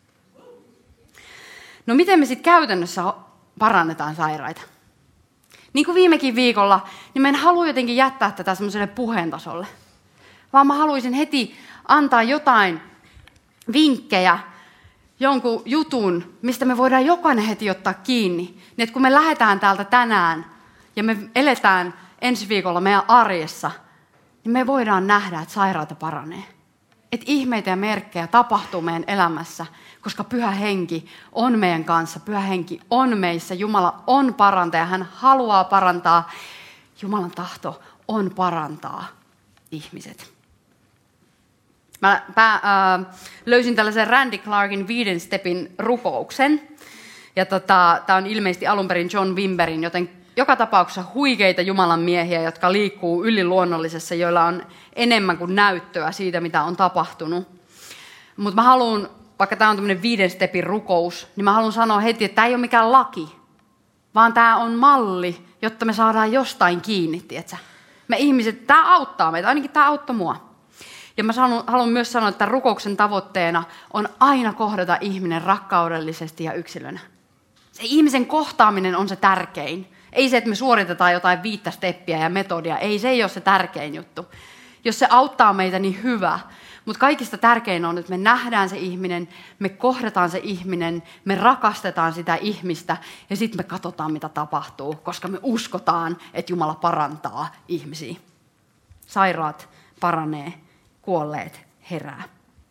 No miten me sitten käytännössä parannetaan sairaita? Niin kuin viimekin viikolla, niin mä en halua jotenkin jättää tätä semmoiselle puheen tasolle. Vaan mä haluaisin heti antaa jotain vinkkejä, jonkun jutun, mistä me voidaan jokainen heti ottaa kiinni. Niin että kun me lähdetään täältä tänään ja me eletään ensi viikolla meidän arjessa, niin me voidaan nähdä, että sairaata paranee. Että ihmeitä ja merkkejä tapahtuu meidän elämässä, koska Pyhä Henki on meidän kanssa. Pyhä Henki on meissä. Jumala on parantaja. Hän haluaa parantaa. Jumalan tahto on parantaa ihmiset. Mä pää, äh, löysin tällaisen Randy Clarkin viiden stepin rukouksen. Ja tota, tämä on ilmeisesti alun perin John Wimberin, joten joka tapauksessa huikeita Jumalan miehiä, jotka liikkuu yliluonnollisessa, joilla on enemmän kuin näyttöä siitä, mitä on tapahtunut. Mutta mä haluan, vaikka tämä on tämmöinen viiden stepin rukous, niin mä haluan sanoa heti, että tämä ei ole mikään laki, vaan tämä on malli, jotta me saadaan jostain kiinni, tietsä. Me ihmiset, tämä auttaa meitä, ainakin tämä auttoi mua. Ja mä haluan myös sanoa, että rukouksen tavoitteena on aina kohdata ihminen rakkaudellisesti ja yksilönä. Se ihmisen kohtaaminen on se tärkein. Ei se, että me suoritetaan jotain viittä steppiä ja metodia. Ei, se ei ole se tärkein juttu. Jos se auttaa meitä, niin hyvä. Mutta kaikista tärkein on, että me nähdään se ihminen, me kohdataan se ihminen, me rakastetaan sitä ihmistä ja sitten me katsotaan, mitä tapahtuu, koska me uskotaan, että Jumala parantaa ihmisiä. Sairaat paranee, kuolleet herää.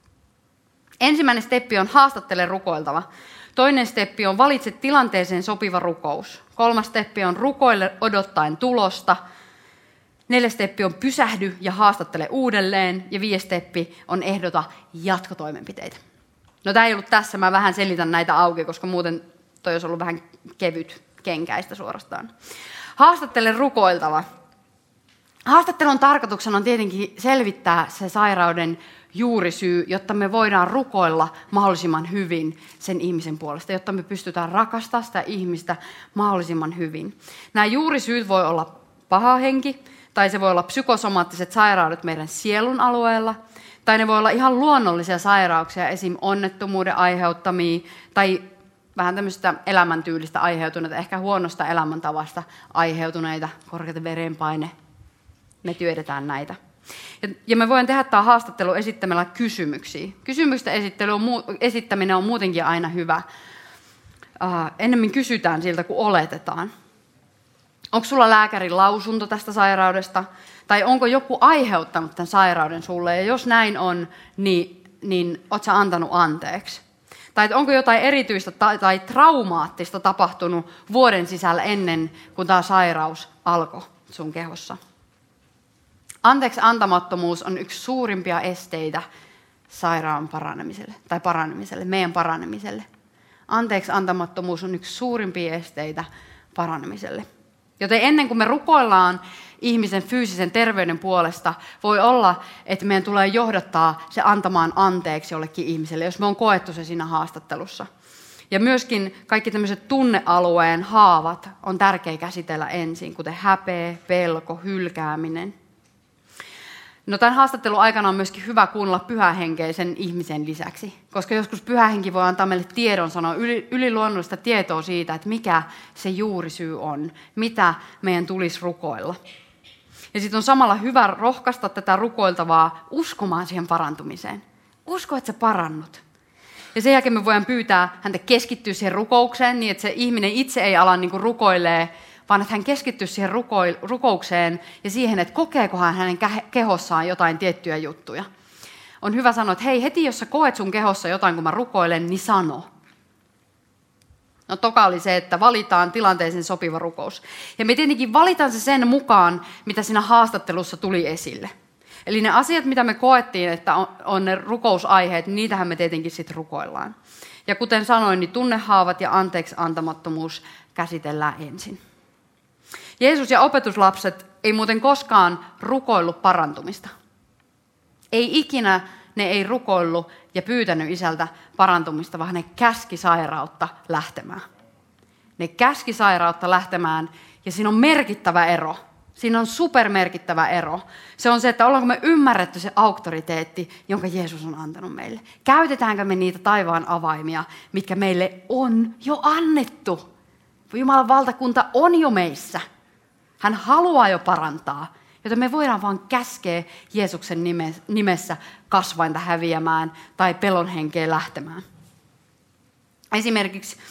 Ensimmäinen steppi on haastattele rukoiltava. Toinen steppi on valitse tilanteeseen sopiva rukous. Kolmas steppi on rukoile odottaen tulosta. Neljäs steppi on pysähdy ja haastattele uudelleen. Ja viides steppi on ehdota jatkotoimenpiteitä. No tämä ei ollut tässä, mä vähän selitän näitä auki, koska muuten toi olisi ollut vähän kevyt kenkäistä suorastaan. Haastattele rukoiltava. Haastattelun tarkoituksena on tietenkin selvittää se sairauden juurisyy, jotta me voidaan rukoilla mahdollisimman hyvin sen ihmisen puolesta, jotta me pystytään rakastamaan sitä ihmistä mahdollisimman hyvin. Nämä juurisyyt voi olla paha henki, tai se voi olla psykosomaattiset sairaudet meidän sielun alueella, tai ne voi olla ihan luonnollisia sairauksia, esim. Onnettomuuden aiheuttamia, tai vähän tämmöistä elämäntyylistä aiheutuneita, ehkä huonosta elämäntavasta aiheutuneita, korkeata verenpaine. Me tiedetään näitä. Ja me voidaan tehdä tämä haastattelu esittämällä kysymyksiä. Kysymysten esittely on, esittäminen on muutenkin aina hyvä. Uh, ennemmin kysytään siltä, kuin oletetaan. Onko sulla lääkärin lausunto tästä sairaudesta? Tai onko joku aiheuttanut tämän sairauden sulle? Ja jos näin on, niin, niin ootko sä antanut anteeksi? Tai onko jotain erityistä tai, tai traumaattista tapahtunut vuoden sisällä ennen kuin tämä sairaus alkoi sun kehossa? Anteeksi antamattomuus on yksi suurimpia esteitä sairaan paranemiselle, tai paranemiselle, meidän paranemiselle. Anteeksi antamattomuus on yksi suurimpia esteitä paranemiselle. Joten ennen kuin me rukoillaan ihmisen fyysisen terveyden puolesta, voi olla, että meidän tulee johdattaa se antamaan anteeksi jollekin ihmiselle, jos me on koettu se siinä haastattelussa. Ja myöskin kaikki tämmöiset tunnealueen haavat on tärkeä käsitellä ensin, kuten häpeä, pelko, hylkääminen. No tämän haastattelun aikana on myöskin hyvä kuunnella pyhähenkeisen ihmisen lisäksi, koska joskus pyhähenki voi antaa meille tiedon, sanoa yli, yliluonnollista tietoa siitä, että mikä se juurisyy on, mitä meidän tulisi rukoilla. Ja sitten on samalla hyvä rohkaista tätä rukoiltavaa uskomaan siihen parantumiseen. Usko, että sä parannut. Ja sen jälkeen me voidaan pyytää häntä keskittyä siihen rukoukseen, niin että se ihminen itse ei ala niin kuin rukoilee, vaan että hän keskittyy siihen ruko- rukoukseen ja siihen, että kokeekohan hänen kehossaan jotain tiettyjä juttuja. On hyvä sanoa, että hei, heti jos sä koet sun kehossa jotain, kun mä rukoilen, niin sano. No toka oli se, että valitaan tilanteeseen sopiva rukous. Ja me tietenkin valitaan se sen mukaan, mitä siinä haastattelussa tuli esille. Eli ne asiat, mitä me koettiin, että on, on ne rukousaiheet, niin niitähän me tietenkin sitten rukoillaan. Ja kuten sanoin, niin tunnehaavat ja anteeksi antamattomuus käsitellään ensin. Jeesus ja opetuslapset ei muuten koskaan rukoillut parantumista. Ei ikinä ne ei rukoillut ja pyytänyt isältä parantumista, vaan ne käski sairautta lähtemään. Ne käski sairautta lähtemään ja siinä on merkittävä ero. Siinä on supermerkittävä ero. Se on se, että ollaanko me ymmärretty se auktoriteetti, jonka Jeesus on antanut meille. Käytetäänkö me niitä taivaan avaimia, mitkä meille on jo annettu. Jumalan valtakunta on jo meissä. Hän haluaa jo parantaa, joten me voidaan vaan käskeä Jeesuksen nimessä kasvainta häviämään tai pelon henkeä lähtemään. Esimerkiksi,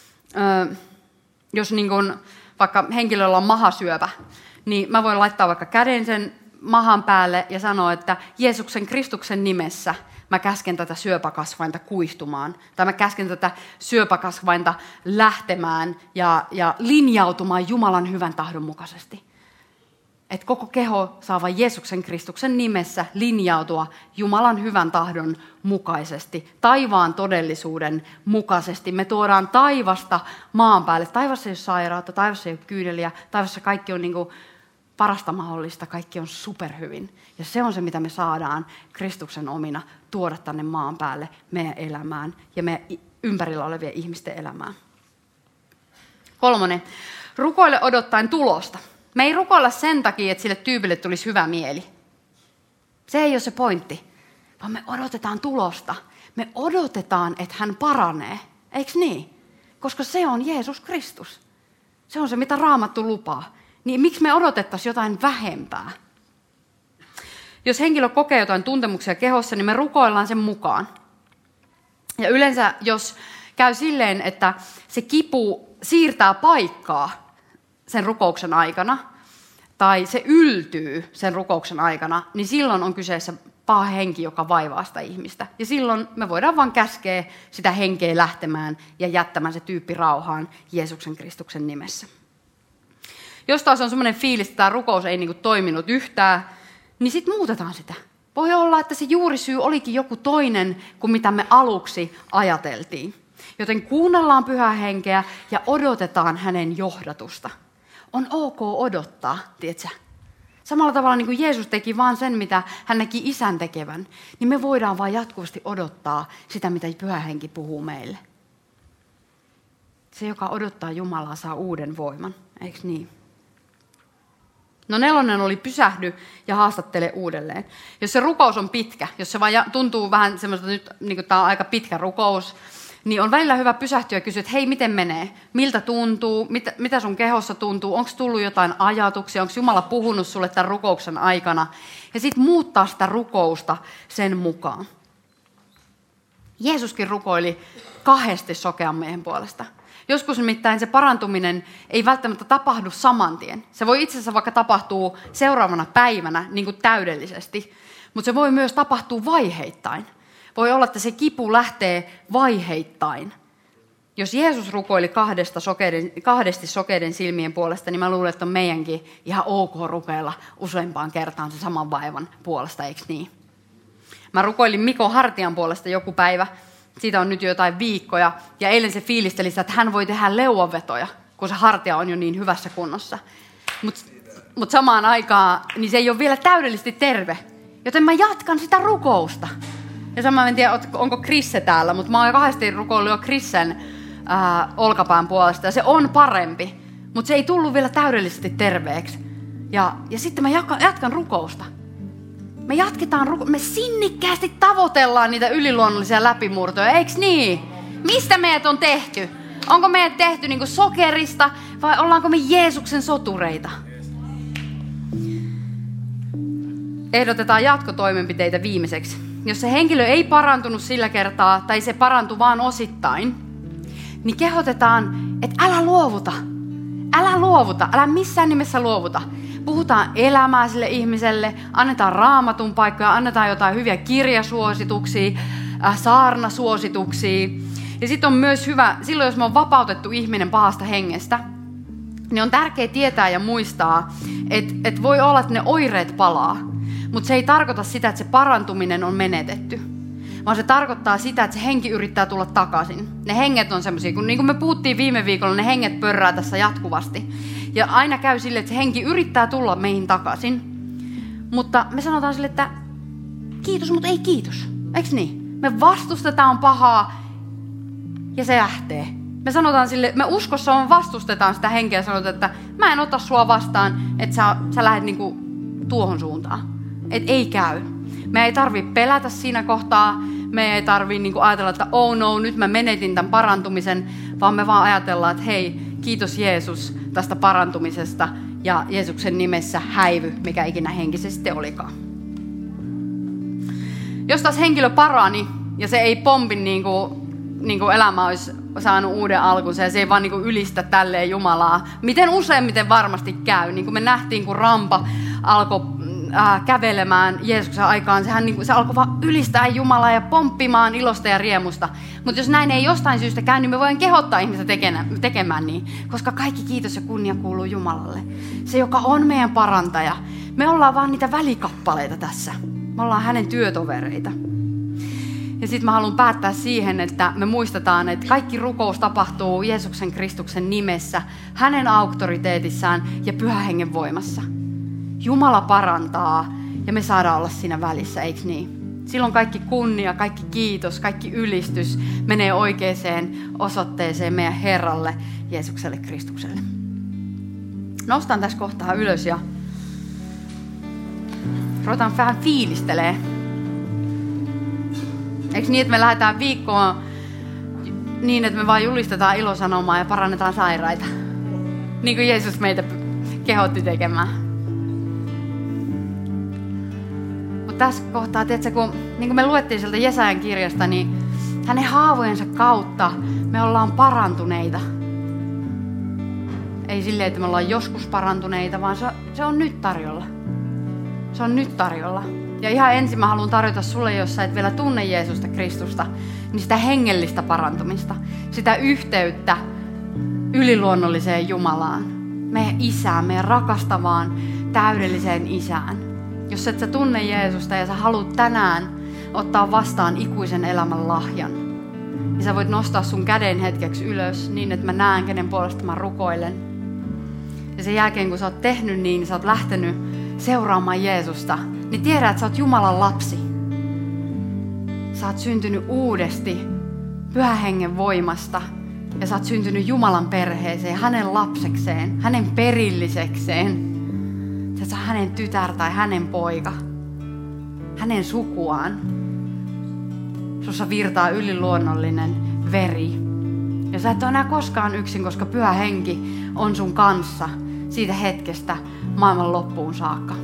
jos niin kun vaikka henkilöllä on mahasyöpä, niin mä voin laittaa vaikka käden sen mahan päälle ja sanoa, että Jeesuksen Kristuksen nimessä mä käsken tätä syöpäkasvainta kuihtumaan. Tai mä käsken tätä syöpäkasvainta lähtemään ja, ja linjautumaan Jumalan hyvän tahdon mukaisesti. Että koko keho saa vain Jeesuksen Kristuksen nimessä linjautua Jumalan hyvän tahdon mukaisesti, taivaan todellisuuden mukaisesti. Me tuodaan taivasta maan päälle. Taivassa ei ole sairautta, taivassa ei ole kyyneliä, taivassa kaikki on niin kuin parasta mahdollista, kaikki on superhyvin. Ja se on se, mitä me saadaan Kristuksen omina tuoda tänne maan päälle meidän elämään ja meidän ympärillä olevien ihmisten elämään. Kolmonen, rukoile odottaen tulosta. Me ei rukoilla sen takia, että sille tyypille tulisi hyvä mieli. Se ei ole se pointti, vaan me odotetaan tulosta. Me odotetaan, että hän paranee. Eikö niin? Koska se on Jeesus Kristus. Se on se, mitä Raamattu lupaa. Niin miksi me odotettaisiin jotain vähempää? Jos henkilö kokee jotain tuntemuksia kehossa, niin me rukoillaan sen mukaan. Ja yleensä, jos käy silleen, että se kipu siirtää paikkaa sen rukouksen aikana, tai se yltyy sen rukouksen aikana, niin silloin on kyseessä paha henki, joka vaivaa sitä ihmistä. Ja silloin me voidaan vain käskeä sitä henkeä lähtemään ja jättämään se tyyppi rauhaan Jeesuksen Kristuksen nimessä. Jos taas on semmoinen fiilis, että tämä rukous ei niinku toiminut yhtään, niin sitten muutetaan sitä. Voi olla, että se juurisyy olikin joku toinen kuin mitä me aluksi ajateltiin. Joten kuunnellaan pyhää henkeä ja odotetaan hänen johdatusta. On ok odottaa, tiedätkö? Samalla tavalla niin kuin Jeesus teki vaan sen, mitä hän näki isän tekevän, niin me voidaan vaan jatkuvasti odottaa sitä, mitä pyhä henki puhuu meille. Se, joka odottaa Jumalaa, saa uuden voiman, eikö niin? No nelonen oli pysähdy ja haastattele uudelleen. Jos se rukous on pitkä, jos se vaan tuntuu vähän semmoista, nyt niin kuin tämä on aika pitkä rukous, niin on välillä hyvä pysähtyä ja kysyä, että hei, miten menee? Miltä tuntuu? Mitä, mitä sun kehossa tuntuu? Onko tullut jotain ajatuksia? Onko Jumala puhunut sulle tämän rukouksen aikana? Ja sitten muuttaa sitä rukousta sen mukaan. Jeesuskin rukoili kahdesti sokean miehen puolesta. Joskus nimittäin se parantuminen ei välttämättä tapahdu saman tien. Se voi itse asiassa vaikka tapahtua seuraavana päivänä niin kuin täydellisesti, mutta se voi myös tapahtua vaiheittain. Voi olla, että se kipu lähtee vaiheittain. Jos Jeesus rukoili kahdesta sokeiden, kahdesti sokeiden silmien puolesta, niin mä luulen, että on meidänkin ihan ok rukoilla useampaan kertaan sen saman vaivan puolesta, eikö niin? Mä rukoilin Mikon hartian puolesta joku päivä. Siitä on nyt jo jotain viikkoja. Ja eilen se fiilisteli sitä, että hän voi tehdä leuanvetoja, kun se hartia on jo niin hyvässä kunnossa. Mutta mut samaan aikaan niin se ei ole vielä täydellisesti terve. Joten mä jatkan sitä rukousta. Ja sama en tiedä, onko Krisse täällä, mutta mä oon kahdesti rukoillut jo Krissen ää, olkapään puolesta ja se on parempi, mutta se ei tullut vielä täydellisesti terveeksi. Ja, ja sitten mä jatkan, jatkan rukousta. Me jatketaan, ruko- me sinnikkäästi tavoitellaan niitä yliluonnollisia läpimurtoja, eiks niin? Mistä meidät on tehty? Onko meidät tehty niinku sokerista vai ollaanko me Jeesuksen sotureita? Ehdotetaan jatkotoimenpiteitä viimeiseksi. Jos se henkilö ei parantunut sillä kertaa tai se parantui vaan osittain, niin kehotetaan, että älä luovuta. Älä luovuta, älä missään nimessä luovuta. Puhutaan elämää sille ihmiselle, annetaan raamatun paikkoja, annetaan jotain hyviä kirjasuosituksia, äh, saarnasuosituksia. Ja sitten on myös hyvä, silloin jos me on vapautettu ihminen pahasta hengestä, niin on tärkeää tietää ja muistaa, että et voi olla, että ne oireet palaa. Mutta se ei tarkoita sitä, että se parantuminen on menetetty. Vaan se tarkoittaa sitä, että se henki yrittää tulla takaisin. Ne henget on semmoisia, kun niin kuin me puhuttiin viime viikolla, ne henget pörrää tässä jatkuvasti. Ja aina käy sille, että se henki yrittää tulla meihin takaisin. Mutta me sanotaan sille, että kiitos, mutta ei kiitos. Eiks niin? Me vastustetaan pahaa ja se lähtee. Me sanotaan sille, me uskossa on vastustetaan sitä henkeä ja sanotaan, että mä en ota sua vastaan, että sä, sä lähdet niinku tuohon suuntaan. Että ei käy. Me ei tarvitse pelätä siinä kohtaa. Me ei tarvitse niinku ajatella, että oh no, nyt mä menetin tämän parantumisen, vaan me vaan ajatellaan, että hei, kiitos Jeesus tästä parantumisesta ja Jeesuksen nimessä häivy, mikä ikinä henkisesti olikaan. Jos taas henkilö parani ja se ei pompi niin kuin, niin kuin elämä olisi saanut uuden alkunsa ja se ei vaan niin kuin ylistä tälleen Jumalaa, miten useimmiten varmasti käy, niin kuin me nähtiin, kun Rampa alkoi äh, kävelemään Jeesuksen aikaan, sehän niin kuin, se alkoi vaan ylistää Jumalaa ja pomppimaan ilosta ja riemusta. Mutta jos näin ei jostain syystä käy, niin me voidaan kehottaa ihmistä tekemään niin, koska kaikki kiitos ja kunnia kuuluu Jumalalle. Se, joka on meidän parantaja. Me ollaan vaan niitä välikappaleita tässä. Me ollaan hänen työtovereita. Ja sitten mä haluan päättää siihen, että me muistetaan, että kaikki rukous tapahtuu Jeesuksen Kristuksen nimessä, hänen auktoriteetissaan ja Pyhän Hengen voimassa. Jumala parantaa ja me saadaan olla siinä välissä, eikö niin? Silloin kaikki kunnia, kaikki kiitos, kaikki ylistys menee oikeaan osoitteeseen meidän Herralle, Jeesukselle Kristukselle. Nostan tässä kohtaa ylös ja ruvetaan vähän fiilistelee. Eikö niin, että me lähdetään viikkoon niin, että me vaan julistetaan ilosanomaa ja parannetaan sairaita? Niin kuin Jeesus meitä kehotti tekemään. Mutta tässä kohtaa, tiedätkö, kun niin kuin me luettiin sieltä Jesajan kirjasta, niin hänen haavojensa kautta me ollaan parantuneita. Ei silleen, että me ollaan joskus parantuneita, vaan se, se on nyt tarjolla. Se on nyt tarjolla. Ja ihan ensin mä haluan tarjota sulle, jos sä et vielä tunne Jeesusta Kristusta, niin sitä hengellistä parantumista. Sitä yhteyttä yliluonnolliseen Jumalaan. Meidän isään, meidän rakastavaan, täydelliseen isään. Jos et sä tunne Jeesusta ja sä haluat tänään ottaa vastaan ikuisen elämän lahjan, niin sä voit nostaa sun käden hetkeksi ylös niin, että mä näen, kenen puolesta mä rukoilen. Ja sen jälkeen, kun sä oot tehnyt niin, niin sä oot lähtenyt seuraamaan Jeesusta, niin tiedä, että sä oot Jumalan lapsi. Sä oot syntynyt uudesti Pyhän Hengen voimasta ja sä oot syntynyt Jumalan perheeseen, hänen lapsekseen, hänen perillisekseen. Sä oot hänen tytär tai hänen poika, hänen sukuaan. Sussa virtaa yliluonnollinen veri. Ja sä et ole enää koskaan yksin, koska Pyhä Henki on sun kanssa siitä hetkestä maailman loppuun saakka.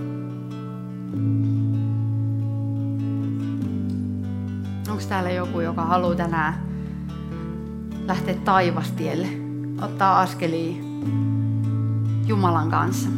Onko täällä joku, joka haluaa tänään lähteä taivastielle, ottaa askelia Jumalan kanssa?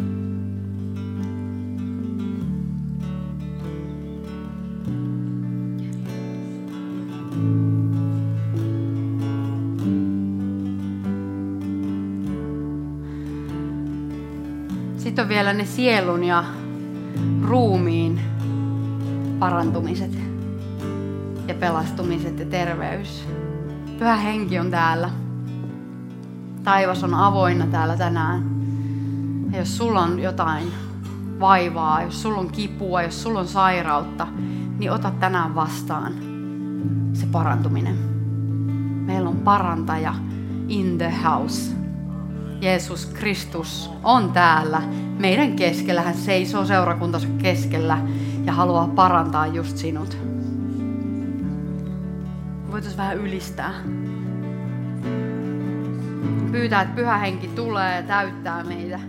Sitten on vielä ne sielun ja ruumiin parantumiset ja pelastumiset ja terveys. Pyhä Henki on täällä. Taivas on avoinna täällä tänään. Ja jos sulla on jotain vaivaa, jos sulla on kipua, jos sulla on sairautta, niin ota tänään vastaan se parantuminen. Meillä on parantaja in the house. Jeesus Kristus on täällä meidän keskellä. Hän seisoo seurakuntansa keskellä ja haluaa parantaa just sinut. Voitaisiin vähän ylistää. Pyytää, että Pyhä Henki tulee ja täyttää meitä.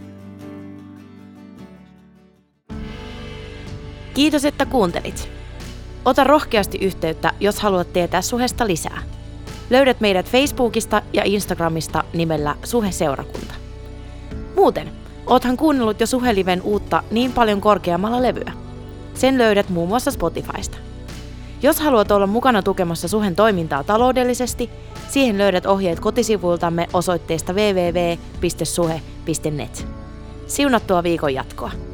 Kiitos, että kuuntelit. Ota rohkeasti yhteyttä, jos haluat tietää Suhesta lisää. Löydät meidät Facebookista ja Instagramista nimellä Suhe-seurakunta. Muuten, oothan kuunnellut jo Suhe-liven uutta Niin paljon korkeammalla levyä. Sen löydät muun muassa Spotifysta. Jos haluat olla mukana tukemassa Suhen toimintaa taloudellisesti, siihen löydät ohjeet kotisivuiltamme osoitteesta double-u double-u double-u piste suhe piste net. Siunattua viikon jatkoa!